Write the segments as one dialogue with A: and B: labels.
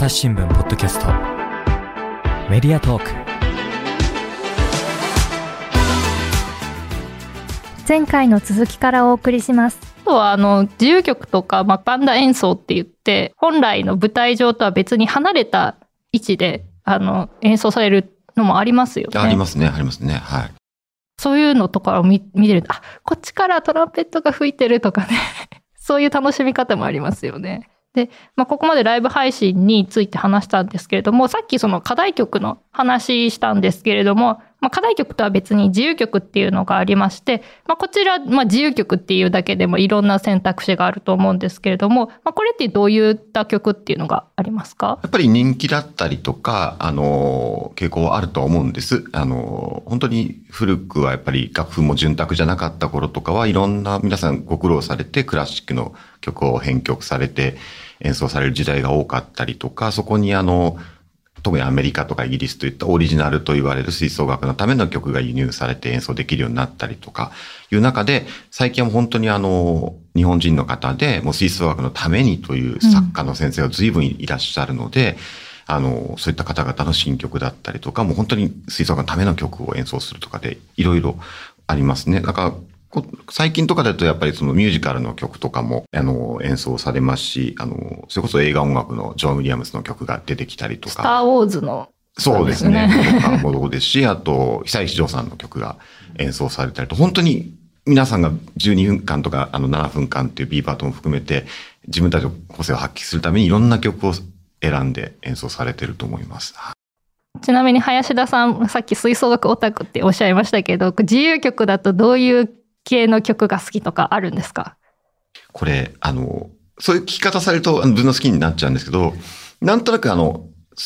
A: 朝日新聞ポッドキャストメディアトーク。
B: 前回の続きからお送りします。
C: あとは自由曲とか、バンダ演奏って言って本来の舞台上とは別に離れた位置で演奏されるのもありますよね。
D: ありますね、ありますね。はい。
C: そういうのとかを見てると、こっちからトランペットが吹いてるとかねそういう楽しみ方もありますよね。で、ここまでライブ配信について話したんですけれども、さっきその課題曲の話したんですけれども、課題曲とは別に自由曲っていうのがありまして、こちら、自由曲っていうだけでもいろんな選択肢があると思うんですけれども、これってどういった曲っていうのがありますか？
D: やっぱり人気だったりとか、傾向はあると思うんです。本当に古くはやっぱり楽譜も潤沢じゃなかった頃とかはいろんな皆さんご苦労されてクラシックの曲を編曲されて演奏される時代が多かったりとか、そこに特にアメリカとかイギリスといったオリジナルと言われる吹奏楽のための曲が輸入されて演奏できるようになったりとかいう中で、最近は本当に日本人の方でもう吹奏楽のためにという作家の先生が随分いらっしゃるので、そういった方々の新曲だったりとか、もう本当に吹奏楽のための曲を演奏するとかでいろいろありますね。だから最近とかだとやっぱりそのミュージカルの曲とかも演奏されますし、それこそ映画音楽のジョン・ウィリアムスの曲が出てきたりとか。
C: スター・ウォーズの。
D: そうですね。とかもですし、あと久石譲さんの曲が演奏されたりと、本当に皆さんが12分間とか7分間っていう B パートも含めて自分たちの個性を発揮するためにいろんな曲を選んで演奏されてると思います。
C: ちなみに林田さん、さっき吹奏楽オタクっておっしゃいましたけど、自由曲だとどういう系の曲が好きとかあるんですか？これ、
D: そういう聞き方されると自分の好きになっちゃうんですけど、なんとなくこ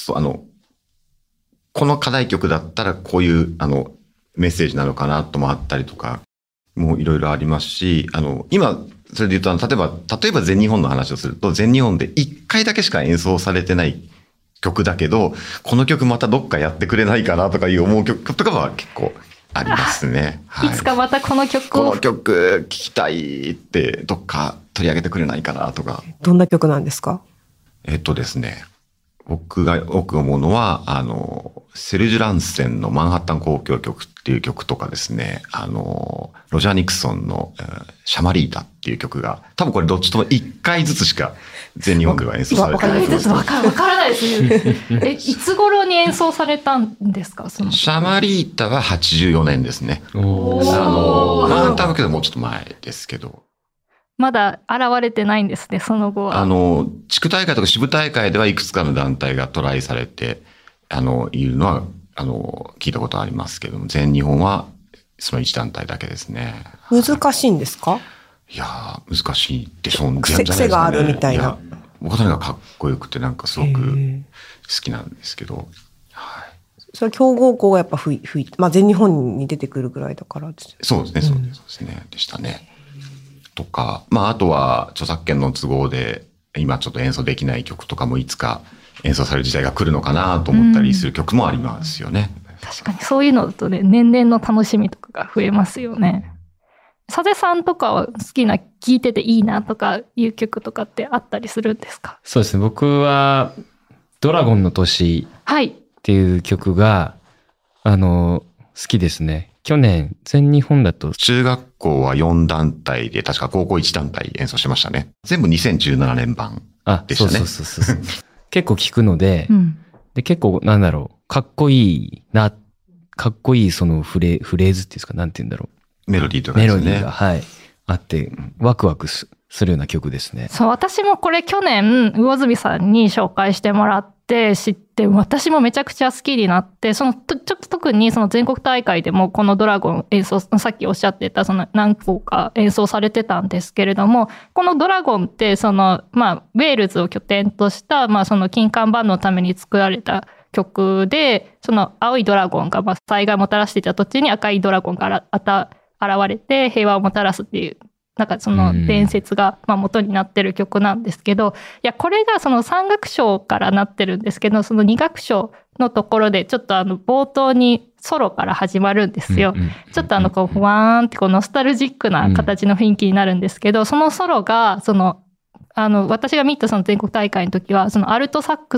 D: の課題曲だったらこういうメッセージなのかなともあったりとか、もういろいろありますし、今、それで言うと、例えば全日本の話をすると、全日本で1回だけしか演奏されてない曲だけど、この曲またどっかやってくれないかなとかいう思う曲とかは結構ありますね。
C: いつかまたこの曲を。
D: この曲聴きたいってどっか取り上げてくれないかなとか。
E: どんな曲なんですか？
D: ですね。僕が多く思うのは、セルジュ・ランセンのマンハッタン交響曲っていう曲とかですね、ロジャー・ニクソンのシャマリータっていう曲が、多分これどっちとも1回ずつしか全日本では演奏されてない。
C: わからないですよ。いつ頃に演奏されたんですか？シ
D: ャマリータは84年ですね。マンハッタンはもうちょっと前ですけど。
C: まだ現れてないんですね、その後は。
D: 地区大会とか支部大会ではいくつかの団体がトライされて、いるのは、聞いたことありますけども、全日本はその一団体だけですね。
E: 難しいんですか？
D: いやー、難しいでしょうね。
E: 癖があるみたいな。
D: 僕はとにかくかっこよくてなんかすごく好きなんですけど。はい。
E: それは強豪校がやっぱ吹いて、全日本に出てくるぐらいだからです。
D: そうですね、そうですね。でしたね。とか、あとは著作権の都合で今ちょっと演奏できない曲とかもいつか演奏される時代が来るのかなと思ったりする曲もありますよね。
C: 確かにそういうのだとね、年々の楽しみとかが増えますよね。佐世さんとかは好きな、聴いてていいなとかいう曲とかってあったりするんですか？
A: そうですね、僕はドラゴンの年っていう曲が、好きですね。去年全日本だと
D: 中学校は4団体で確か高校1団体演奏しましたね。全部2017年版でしたね。
A: そう結構聞くので、で結構かっこいいそのフレーズっていうんですか、なんて言うんだろう。
D: メロディーとかですね。
A: メロディーがあってワクワクするような曲ですね。
C: そう、私もこれ去年魚住さんに紹介してもらって知って、私もめちゃくちゃ好きになって、ちょっと特にその全国大会でもこのドラゴン演奏、さっきおっしゃってたその何個か演奏されてたんですけれども、このドラゴンってウェールズを拠点としたその金管バンドのために作られた曲で、その青いドラゴンが災害をもたらしていた土地に赤いドラゴンが現れて平和をもたらすっていう、その伝説が元になってる曲なんですけど、いや、これがその3楽章からなってるんですけど、その2楽章のところでちょっと冒頭にソロから始まるんですよ。ちょっとふわーんってノスタルジックな形の雰囲気になるんですけど、そのソロが私が見たその全国大会の時はそのアルトサックス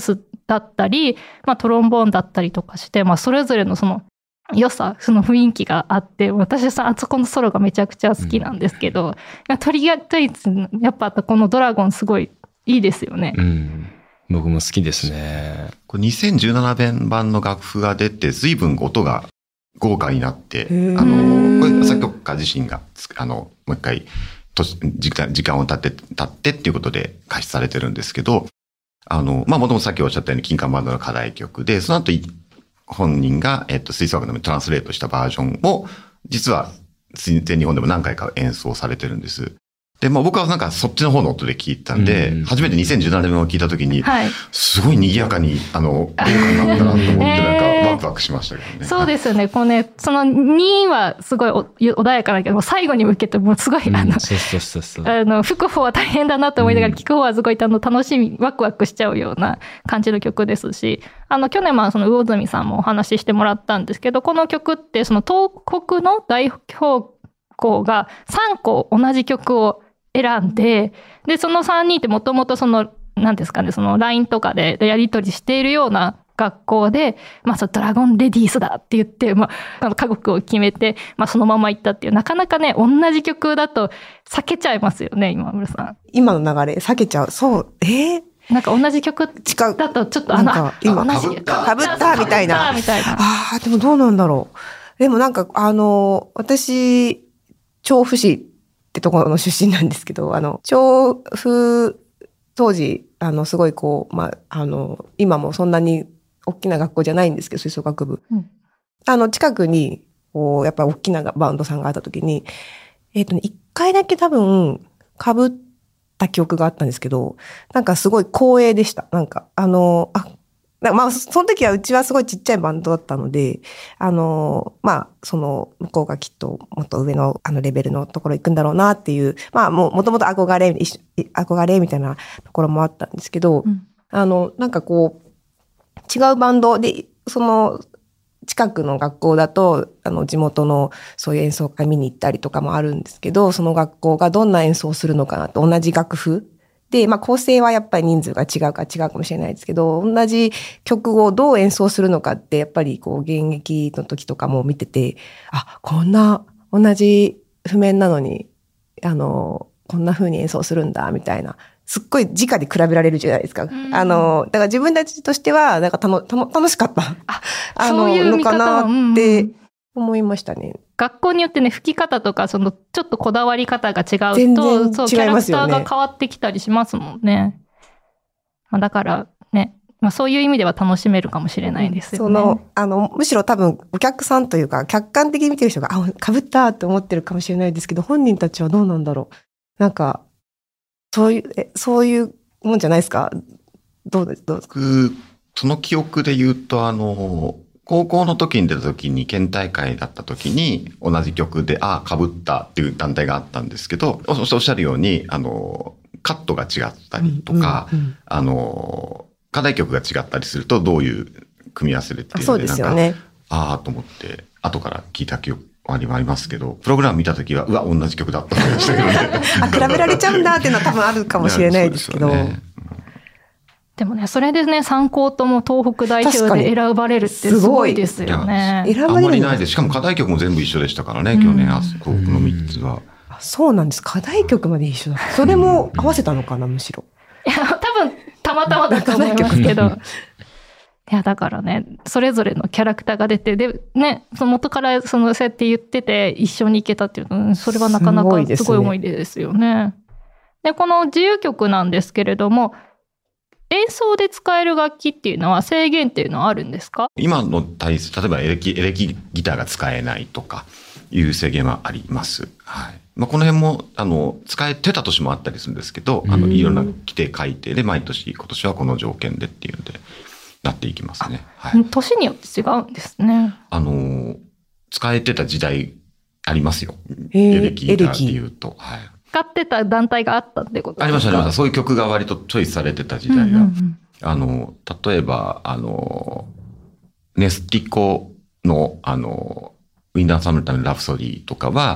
C: だったり、トロンボーンだったりとかして、それぞれのその良さ、その雰囲気があって、私はあそこのソロがめちゃくちゃ好きなんですけど、とりあえずやっぱこのドラゴンすごいいいですよね。
A: 僕も好きですね。
D: これ2017年版の楽譜が出て、随分音が豪華になって、これ作曲家自身が、もう一回、時間を経ってっていうことで開始されてるんですけど、もともとさっきおっしゃったように金管バンドの課題曲で、その後、本人が、吹奏楽のトランスレートしたバージョンを、実は、全日本でも何回か演奏されてるんです。で、僕はなんかそっちの方の音で聞いたんで、初めて2017年を聞いたときに、すごい賑やかに、豪華になったなと思って、なんかワクワクしましたけどね。
C: そうですよね。こうね、その2はすごい穏やかだけど、最後に向けてもうすごい、吹く方は大変だなと思いながら、聞く方はすごい楽しみ、ワクワクしちゃうような感じの曲ですし、去年その魚住さんもお話ししてもらったんですけど、この曲ってその東北の代表校が3校同じ曲を選んで、その3人ってもともとその、何ですかね、その LINE とかでやり取りしているような学校で、ドラゴンレディースだって言って、家族を決めて、そのまま行ったっていう、なかなかね、同じ曲だと避けちゃいますよね、今村さん。
E: 今の流れ、避けちゃう。そう、
C: なんか同じ曲だとちょっと
E: 今、かぶったみたいな。でもどうなんだろう。でもなんか、私、調布市ってところの出身なんですけど、調布、当時、すごい今もそんなに大きな学校じゃないんですけど、吹奏楽部。近くに、やっぱり大きなバンドさんがあった時に、一回だけ多分、被った記憶があったんですけど、なんかすごい光栄でした。なんか、その時はうちはすごいちっちゃいバンドだったので、その向こうがきっともっと上のレベルのところ行くんだろうなっていう、もともと憧れみたいなところもあったんですけど、なんかこう、違うバンドで、その近くの学校だと、地元のそういう演奏会見に行ったりとかもあるんですけど、その学校がどんな演奏をするのかなと、同じ楽譜。で、構成はやっぱり人数が違うかもしれないですけど、同じ曲をどう演奏するのかって、やっぱり現役の時とかも見てて、こんな同じ譜面なのに、こんな風に演奏するんだ、みたいな。すっごい直で比べられるじゃないですか。だから自分たちとしては、なんか楽しかった。
C: そういう見方
E: のかなって思いましたね。
C: 学校によってね、吹き方とか、ちょっとこだわり方が違うと、キャラクターが変わってきたりしますもんね。だからね、そういう意味では楽しめるかもしれないですよね。
E: むしろ多分お客さんというか、客観的に見てる人が、被ったって思ってるかもしれないですけど、本人たちはどうなんだろう。なんか、そういうもんじゃないですか？どうですか？
D: その記憶で言うと、高校の時に出た時に県大会だった時に同じ曲で、被ったっていう団体があったんですけど、おっしゃるように、カットが違ったりとか、課題曲が違ったりするとどういう組み合わせでっていうので、
E: そうですよね。
D: と思って、後から聞いた記憶ありますけど、プログラム見た時は、同じ曲だったと思いましたけどね。
E: 比べられちゃうんだっていうのは多分あるかもしれないですけど。
C: でもね、それでね、3校とも東北代表で選ばれるってすごいですよね。
D: あんまりないです。しかも課題曲も全部一緒でしたからね、去年、この3つは。
E: そうなんです。課題曲まで一緒だ。それも合わせたのかな、むしろ。
C: いや、多分、たまたまだと思いますけど。いや、だからね、それぞれのキャラクターが出て、で、ね、元からそうやって言ってて、一緒に行けたっていうの、それはなかなかすごい思い出ですよね。で、この自由曲なんですけれども、演奏で使える楽器っていうのは制限っていうのはあるんですか？
D: 今の例えばエレキギターが使えないとかいう制限はあります。はい。この辺も、使えてた年もあったりするんですけど、いろんな規定改定で今年はこの条件でっていうんで、なっていきますね。はい。
C: 年によって違うんですね。
D: 使えてた時代ありますよ。エレキギターっていうと。はい。
C: 使ってた団体があったってことですか？
D: ありました、ありました。そういう曲が割とチョイスされてた時代が。例えば、ネスティコの、ウィンダーサムのためのラプソディとかは、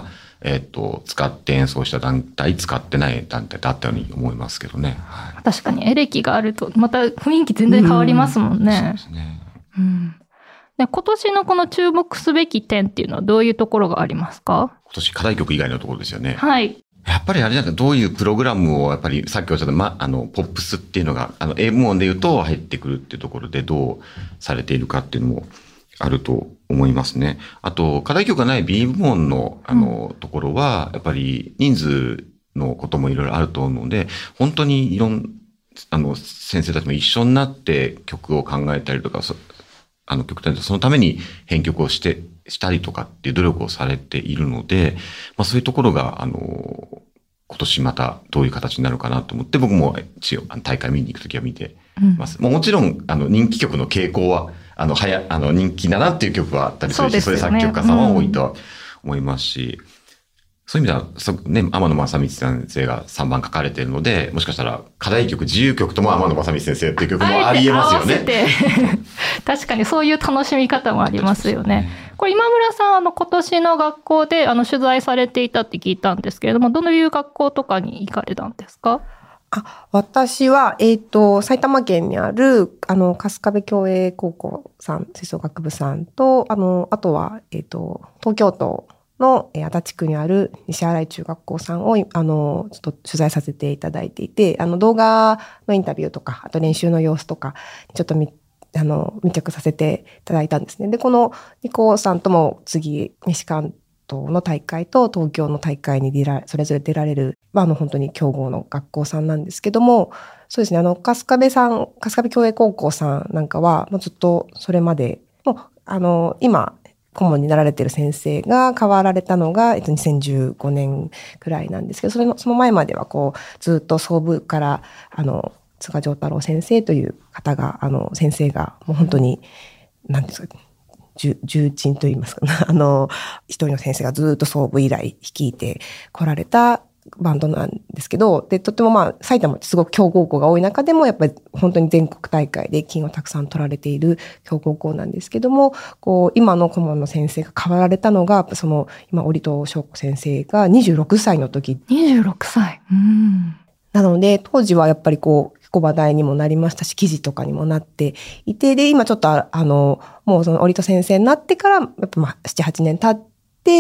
D: 使って演奏した団体、使ってない団体だったように思いますけどね。はい、
C: 確かにエレキがあるとまた雰囲気全然変わりますもんね。
D: そうですね。
C: で、今年のこの注目すべき点っていうのはどういうところがありますか？
D: 今年課題曲以外のところですよね。
C: はい。
D: やっぱりあれじゃないか、どういうプログラムをやっぱりさっきおっしゃった、ポップスっていうのが、英文で言うと入ってくるっていうところでどうされているかっていうのもあると思いますね。あと、課題曲がない B 部門の、ところは、やっぱり人数のこともいろいろあると思うので、本当に先生たちも一緒になって曲を考えたりとか、曲とそのために編曲をしたりとかっていう努力をされているので、そういうところが、今年またどういう形になるかなと思って、僕も一応大会見に行くときは見てます。もちろん、人気曲の傾向は、人気だなっていう曲はあったりするし、それ作曲家さんは多いとは思いますし、そういう意味では、ね、天野正道先生が3番書かれているので、もしかしたら課題曲、自由曲とも天野正道先生っていう曲もありえますよね。
C: 確かにそういう楽しみ方もありますよね。これ今村さん、今年の学校で取材されていたって聞いたんですけれども、どういう学校とかに行かれたんですか？
E: 私は、埼玉県にある、春日部共栄高校さん、吹奏楽部さんと、あとは、東京都の足立区にある西新井中学校さんを、ちょっと取材させていただいていて、動画のインタビューとか、あと練習の様子とか、ちょっと密着させていただいたんですね。で、この2校さんとも次、西関東の大会と東京の大会にそれぞれ出られる、本当に強豪の学校さんなんですけども、そうですね、春日部共栄高校さんなんかは、ずっとそれまで、今、顧問になられている先生が変わられたのが、2015年くらいなんですけど、その前まではずっと総部から、津賀丈太郎先生という方が、先生が、もう本当に、何ですか、重鎮といいますか、一人の先生がずっと総部以来率いて来られたバンドなんですけど、で、とっても埼玉ってすごく強豪校が多い中でも、やっぱり本当に全国大会で金をたくさん取られている強豪校なんですけども、今の顧問の先生が変わられたのが、今、折戸翔子先生が26歳の時。
C: 26歳。
E: なので、当時はやっぱり話題にもなりましたし、記事とかにもなっていて、で、今ちょっともうその折戸先生になってから、やっぱ7、8年経って、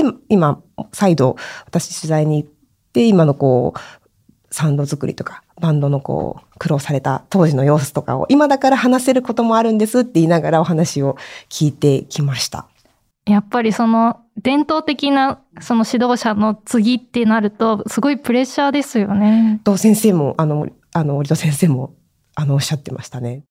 E: 今、再度私取材に行って、今のサウンド作りとか、バンドの苦労された当時の様子とかを、今だから話せることもあるんですって言いながらお話を聞いてきました。
C: やっぱりその伝統的なその指導者の次ってなると、すごいプレッシャーですよね。
E: と先生も、折戸先生も、おっしゃってましたね。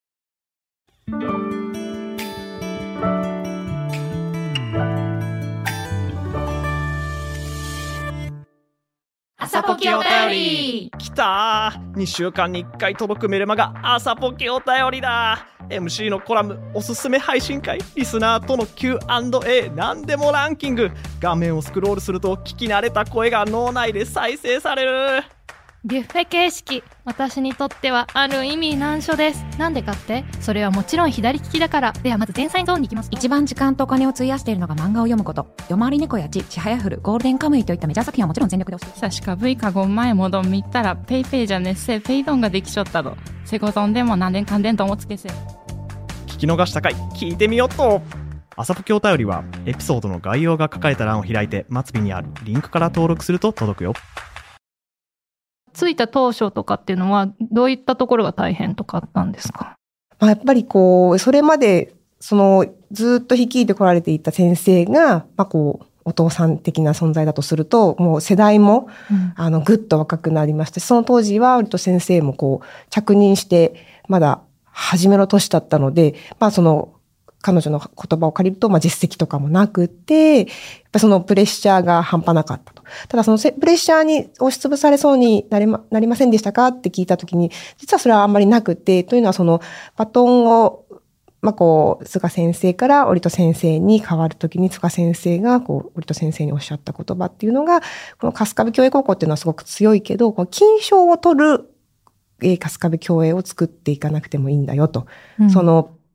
F: 朝ポキお便りきたー。2週間に1回届くメルマが朝ポキお便りだ。 MC のコラム、おすすめ配信会、リスナーとの Q&A、 何でもランキング。画面をスクロールすると聞き慣れた声が脳内で再生される。
B: ビュッフェ形式、私にとってはある意味難所です。なんでかって？それはもちろん左利きだから。ではまず前菜ゾーンに行きます。
G: 一番時間とお金を費やしているのが漫画を読むこと。夜回り猫やちはやふる、ゴールデンカムイといったメジャー作品はもちろん全力で押して。
H: さしかぶいかご前もどんみったらペイペイじゃねっせペイドンができちょったど。セゴゾンでも何年かんでんともつけせ。
F: 聞き逃した回聞いてみよっと。朝ポキお便りはエピソードの概要が書かれた欄を開いて、末尾にあるリンクから登録すると届くよ。
C: ついた当初とかっていうのはどういったところが大変とかあったんですか？
E: やっぱりそれまでずっと率いてこられていた先生が、お父さん的な存在だとすると、もう世代も、ぐっと若くなりまして、その当時は割と先生も着任してまだ初めの年だったので、彼女の言葉を借りると、実績とかもなくて、やっぱそのプレッシャーが半端なかったと。ただそのプレッシャーに押しつぶされそうになりませんでしたかって聞いたときに、実はそれはあんまりなくて、というのはそのバトンを、菅先生から折戸先生に変わるときに、菅先生が折戸先生におっしゃった言葉っていうのが、この春日部共栄高校っていうのはすごく強いけど、金賞を取る春日部共栄を作っていかなくてもいいんだよと。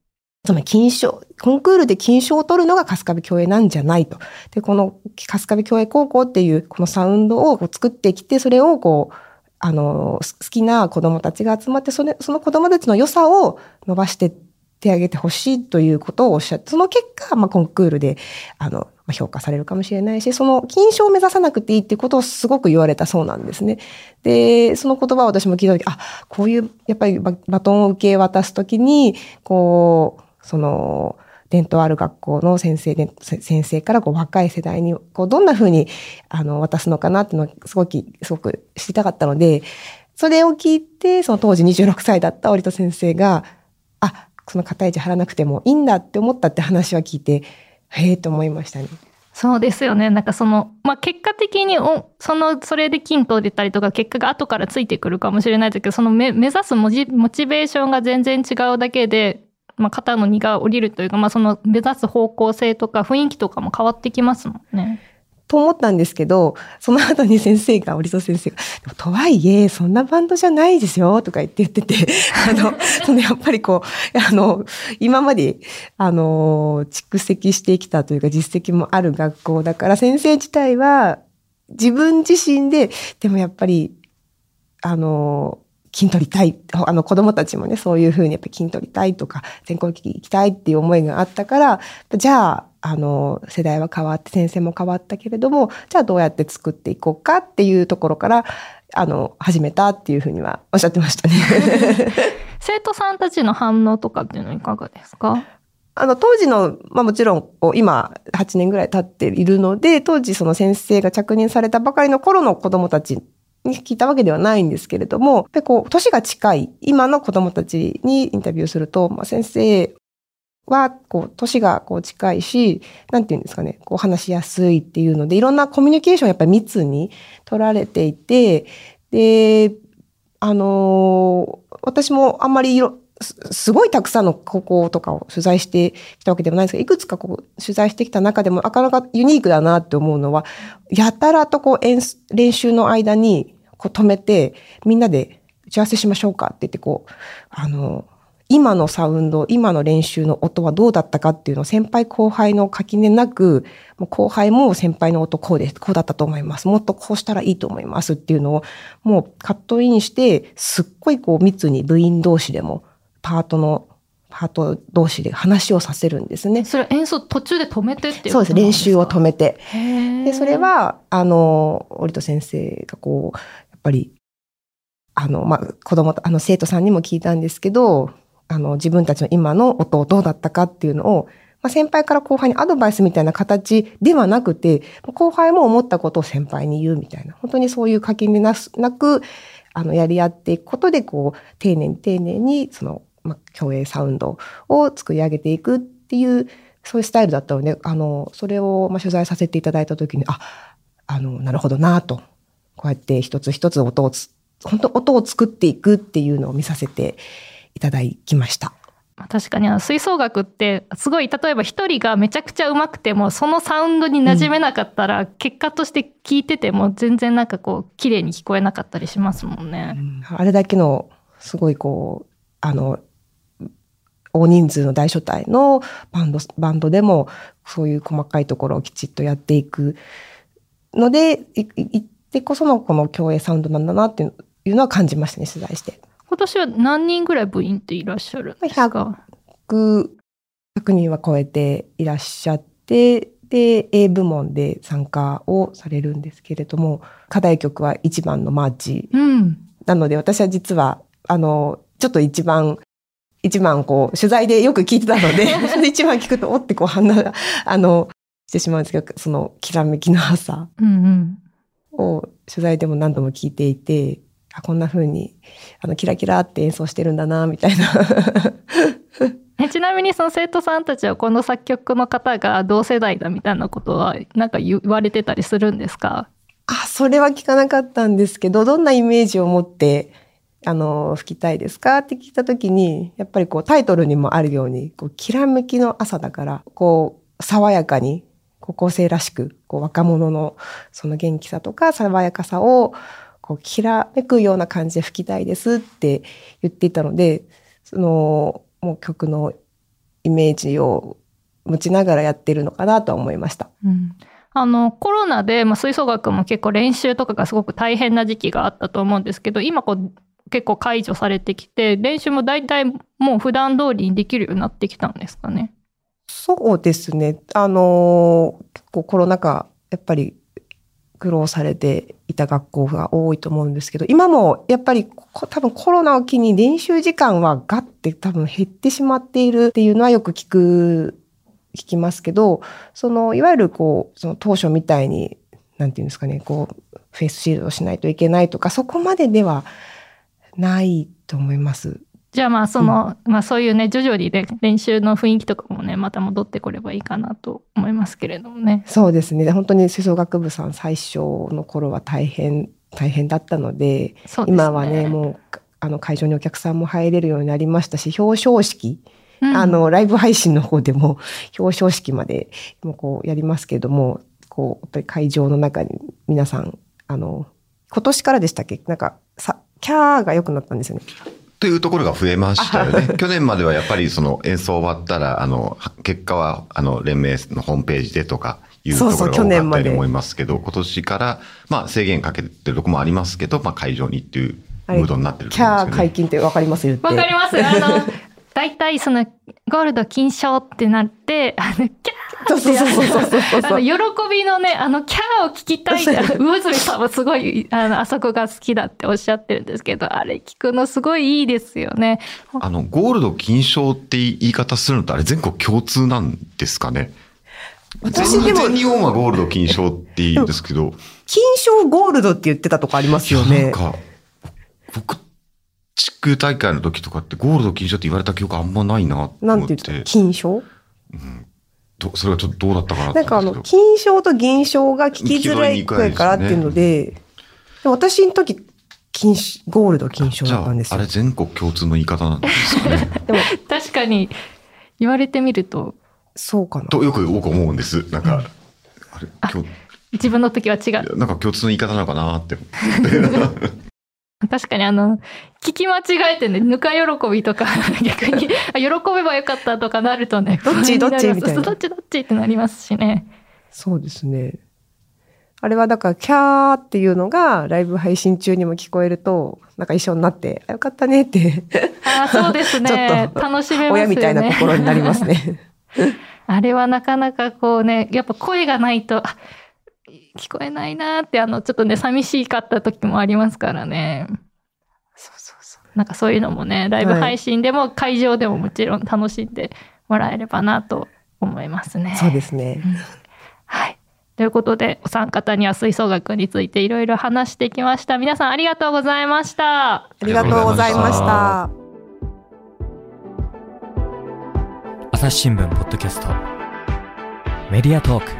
E: つまり金賞、コンクールで金賞を取るのが春日部共栄なんじゃないと。で、この春日部共栄高校っていうこのサウンドを作ってきて、それを好きな子供たちが集まって、その子供たちの良さを伸ばしてってあげてほしいということをおっしゃって、その結果、コンクールで、評価されるかもしれないし、その金賞を目指さなくていいっていうことをすごく言われたそうなんですね。で、その言葉を私も聞いたとき、こういう、やっぱりバトンを受け渡すときに、伝統ある学校の先生から若い世代にどんな風に渡すのかなっていうのをすごく知りたかったので、それを聞いて、その当時26歳だった折戸先生が、その肩位置張らなくてもいいんだって思ったって話は聞いて、へえと思いましたね。
C: そうですよね。なんか結果的にそれで金取れたりとか結果が後からついてくるかもしれないですけど、目指すモチベーションが全然違うだけで、肩の荷が下りるというか、目指す方向性とか雰囲気とかも変わってきますもんね。
E: と思ったんですけど、その後に折戸先生が、とはいえ、そんなバンドじゃないですよ、とか言ってて、やっぱり今まで、蓄積してきたというか実績もある学校だから、先生自体は自分自身で、でもやっぱり、金取りたい。子供たちもね、そういうふうにやっぱり金取りたいとか、全国行きたいっていう思いがあったから、じゃあ、世代は変わって、先生も変わったけれども、じゃあどうやって作っていこうかっていうところから、始めたっていうふうにはおっしゃってましたね。
C: 生徒さんたちの反応とかっていうのはいかがですか？
E: 当時の、もちろん、今、8年ぐらい経っているので、当時その先生が着任されたばかりの頃の子供たちに聞いたわけではないんですけれども、年が近い、今の子供たちにインタビューすると、先生は、年が近いし、なんていうんですかね、話しやすいっていうので、いろんなコミュニケーションをやっぱり密に取られていて、で、私もあんまりすごいたくさんの高校とかを取材してきたわけでもないですが、いくつか取材してきた中でもなかなかユニークだなって思うのは、やたらと練習の間に止めて、みんなで打ち合わせしましょうかって言って今のサウンド、今の練習の音はどうだったかっていうのを先輩後輩の垣根なく、もう後輩も先輩の音こうだったと思います。もっとこうしたらいいと思いますっていうのをもうカットインして、すっごい密に部員同士でもパート同士で話をさせるんですね。
C: それ演奏途中で止めてっていうことなんですか？
E: そうです。練習を止めて。で、それは、折戸先生がやっぱり、生徒さんにも聞いたんですけど、自分たちの今の音どうだったかっていうのを、先輩から後輩にアドバイスみたいな形ではなくて、後輩も思ったことを先輩に言うみたいな、本当にそういう垣根なく、やり合っていくことで、丁寧に、共栄サウンドを作り上げていくっていう、そういうスタイルだったので、それを取材させていただいたときに、なるほどなと、こうやって一つ一つ音を作っていくっていうのを見させていただきました。
C: 確かに吹奏楽ってすごい、例えば一人がめちゃくちゃ上手くてもそのサウンドに馴染めなかったら、結果として聞いてても全然綺麗に聞こえなかったりしますもんね。
E: あれだけのすごい大人数の大所帯のバンドでもそういう細かいところをきちっとやっていくので、いってこそのこの共栄サウンドなんだなっていうのは感じましたね、取材して。
C: 今年は何人ぐらい部員っていらっしゃるんですか
E: ？100人は超えていらっしゃって、で A 部門で参加をされるんですけれども、課題曲は1番のマーチ、なので私は実はちょっと一番取材でよく聞いてたので一番聞くとおって鼻がしてしまうんですけど、そのきらめきの朝を取材でも何度も聞いていて、こんな風にキラキラって演奏してるんだなみたいな
C: ちなみにその生徒さんたちはこの作曲の方が同世代だみたいなことはなんか言われてたりするんですか？
E: それは聞かなかったんですけど、どんなイメージを持って吹きたいですかって聞いたときに、やっぱりタイトルにもあるようにきらめきの朝だから、爽やかに高校生らしく若者のその元気さとか爽やかさをきらめくような感じで吹きたいですって言っていたので、もう曲のイメージを持ちながらやってるのかなとは思いました。
C: コロナで、吹奏楽も結構練習とかがすごく大変な時期があったと思うんですけど、今結構解除されてきて、練習もだいたいもう普段通りにできるようになってきたんですかね。
E: そうですね。結構コロナ禍、やっぱり苦労されていた学校が多いと思うんですけど、今もやっぱり多分コロナを機に練習時間はガッて多分減ってしまっているっていうのはよく聞きますけど、いわゆるその当初みたいに、なんていうんですかね、フェイスシールドをしないといけないとか、そこまでではないと思います。
C: じゃあそういうね、徐々にね、練習の雰囲気とかもね、また戻ってこればいいかなと思いますけれどもね。
E: そうですね。本当に吹奏楽部さん最初の頃は大変だったので、
C: そうですね、
E: 今はね、もう会場にお客さんも入れるようになりましたし、表彰式、ライブ配信の方でも表彰式までもやりますけれども、やっぱり会場の中に皆さん、今年からでしたっけ、キャーが良くなったんですよね。
D: というところが増えましたよね。去年まではやっぱり演奏終わったら、結果は連盟のホームページでとかいうところが多かったように思いますけど、今年から、制限かけてるとこもありますけど、会場にっていうムードになってると思うんですよね。
E: キャー解禁ってわかります？
C: わかります。大体ゴールド金賞ってなって、キャーって喜びのね、キャーを聞きたいって、魚住さんもすごい、あそこが好きだっておっしゃってるんですけど、あれ聞くのすごいいいですよね。
D: ゴールド金賞って言い方するのってあれ全国共通なんですかね。
E: 私でも
D: 全日本はゴールド金賞って言うんですけど。
E: 金賞ゴールドって言ってたとこありますよね。
D: 僕、地区大会の時とかってゴールド金賞って言われた記憶あんまないなと思って。
E: なんて言った金賞？
D: それはちょっとどうだったかなと思って。
E: 金賞と銀賞が聞きづらいからっていうので、私の時ゴールド金賞だったんですよ。
D: じゃあ、あれ全国共通の言い方なんですかね。
C: でも確かに言われてみると
E: そうかな
D: とよく僕思うんです。
C: 自分の時は違う。
D: なんか共通の言い方なのかなって
C: 確かに聞き間違えてね、ぬか喜びとか逆に喜べばよかったとかなるとね、
E: どっちみたいな。
C: どっちってなりますしね。
E: そうですね。あれはだからキャーっていうのがライブ配信中にも聞こえると、なんか一緒になってよかったねって
C: そうですね。ちょっと楽しめますよね。
E: 親みたいな心になりますね。
C: あれはなかなかやっぱ声がないと聞こえないなってちょっとね寂しかった時もありますからね。なんかそういうのもね、ライブ配信でも会場でももちろん楽しんでもらえればなと思いますね。
E: そうですね。
C: はい。ということで、お三方には吹奏楽についていろいろ話してきました。皆さんありがとうございました。
E: ありがとうございました。
I: 朝日新聞ポッドキャストメディアトーク。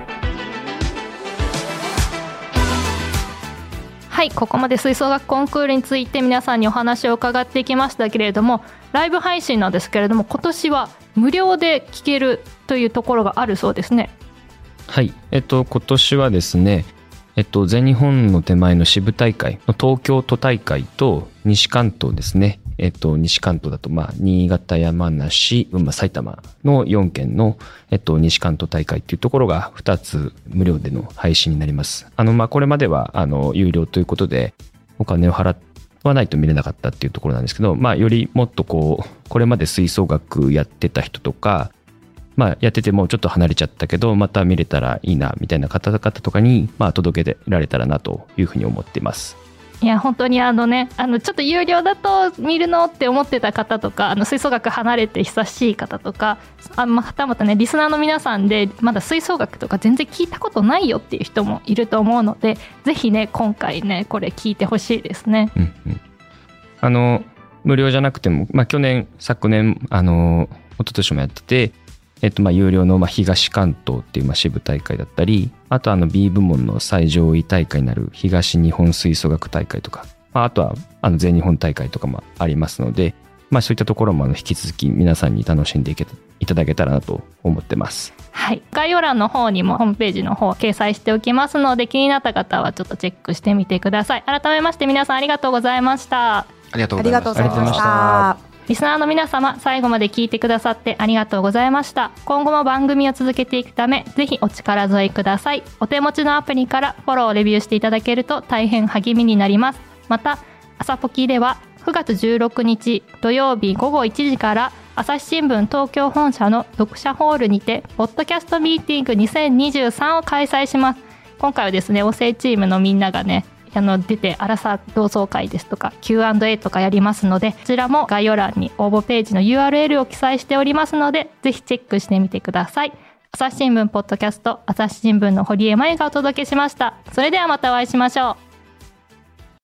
C: はい、ここまで吹奏楽コンクールについて皆さんにお話を伺ってきましたけれども、ライブ配信なんですけれども、今年は無料で聴けるというところがあるそうですね。
A: はい、今年はですね、全日本の手前の支部大会の東京都大会と西関東ですね、西関東だと新潟、山梨、群馬、埼玉の4県の、西関東大会っていうところが2つ無料での配信になります。これまでは有料ということでお金を払わないと見れなかったっていうところなんですけど、よりもっとこれまで吹奏楽やってた人とか、やっててもちょっと離れちゃったけどまた見れたらいいなみたいな方々とかに届けられたらなというふうに思っています。
C: いや本当にちょっと有料だと見るのって思ってた方とか、吹奏楽離れて久しい方とか、またねリスナーの皆さんでまだ吹奏楽とか全然聞いたことないよっていう人もいると思うので、ぜひね今回ねこれ聞いてほしいですね。
A: 無料じゃなくても、昨年昨年一昨年もやってて、有料の東関東っていう支部大会だったり、あとB 部門の最上位大会になる東日本吹奏楽大会とか、あとは全日本大会とかもありますので、そういったところも引き続き皆さんに楽しんでいただけたらなと思ってます。
C: はい、概要欄の方にもホームページの方掲載しておきますので、気になった方はちょっとチェックしてみてください。改めまして皆さんありがとうございました。
D: ありがとうございました。
C: リスナーの皆様、最後まで聞いてくださってありがとうございました。今後も番組を続けていくため、ぜひお力添えください。お手持ちのアプリからフォロー、レビューしていただけると大変励みになります。また、朝ポキでは9月16日土曜日午後1時から朝日新聞東京本社の読者ホールにてポッドキャストミーティング2023を開催します。今回はですね、オセチームのみんながね出てアラサー同窓会ですとか Q&A とかやりますので、こちらも概要欄に応募ページの URL を記載しておりますので、ぜひチェックしてみてください。朝日新聞ポッドキャスト、朝日新聞の堀江真由がお届けしました。それではまたお会いしましょう。